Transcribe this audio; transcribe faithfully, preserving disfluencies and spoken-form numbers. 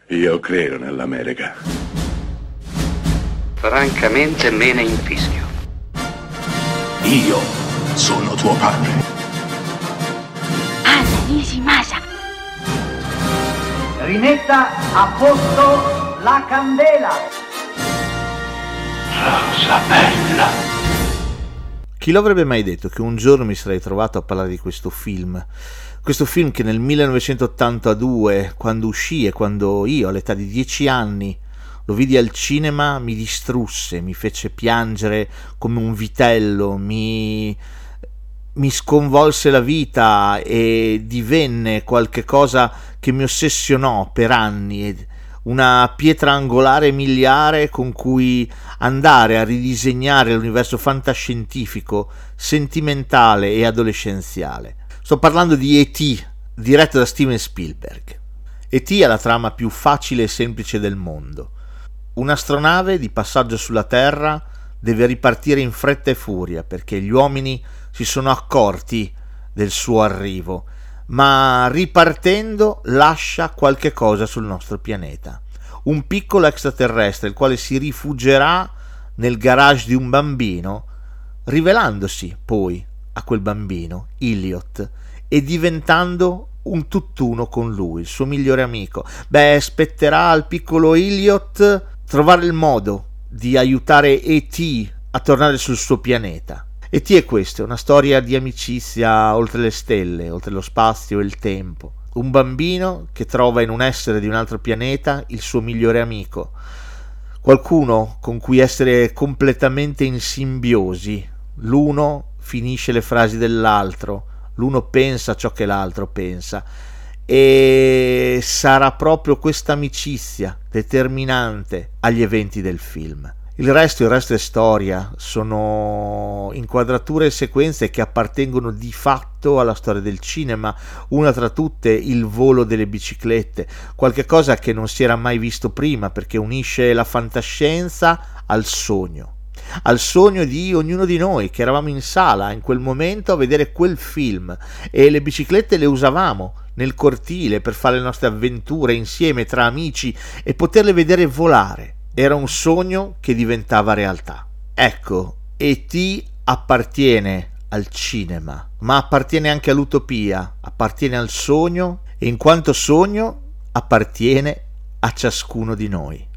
Io credo nell'America. Francamente me ne infischio. Io sono tuo padre. Anna Nishimasa. Rimetta a posto la candela. Rosa bella. Chi lo avrebbe mai detto che un giorno mi sarei trovato a parlare di questo film? Questo film che nel millenovecentottantadue, quando uscì e quando io all'età di dieci anni lo vidi al cinema, mi distrusse, mi fece piangere come un vitello, mi, mi sconvolse la vita e divenne qualche cosa che mi ossessionò per anni, una pietra angolare miliare con cui andare a ridisegnare l'universo fantascientifico, sentimentale e adolescenziale. Sto parlando di E T, diretto da Steven Spielberg. E T è la trama più facile e semplice del mondo. Un'astronave di passaggio sulla Terra deve ripartire in fretta e furia perché gli uomini si sono accorti del suo arrivo, ma ripartendo lascia qualche cosa sul nostro pianeta. Un piccolo extraterrestre il quale si rifugierà nel garage di un bambino, rivelandosi poi a quel bambino, Elliot, e diventando un tutt'uno con lui, il suo migliore amico. Beh, spetterà al piccolo Elliot trovare il modo di aiutare E T a tornare sul suo pianeta. E T è questo, è una storia di amicizia oltre le stelle, oltre lo spazio e il tempo. Un bambino che trova in un essere di un altro pianeta il suo migliore amico, qualcuno con cui essere completamente in simbiosi. L'uno finisce le frasi dell'altro, l'uno pensa ciò che l'altro pensa, e sarà proprio questa amicizia determinante agli eventi del film. Il resto, il resto è storia, sono inquadrature e sequenze che appartengono di fatto alla storia del cinema, una tra tutte il volo delle biciclette, qualche cosa che non si era mai visto prima perché unisce la fantascienza al sogno, al sogno di ognuno di noi che eravamo in sala in quel momento a vedere quel film e le biciclette le usavamo nel cortile per fare le nostre avventure insieme tra amici e poterle vedere volare. Era un sogno che diventava realtà. Ecco, E T appartiene al cinema, ma appartiene anche all'utopia, appartiene al sogno e in quanto sogno appartiene a ciascuno di noi.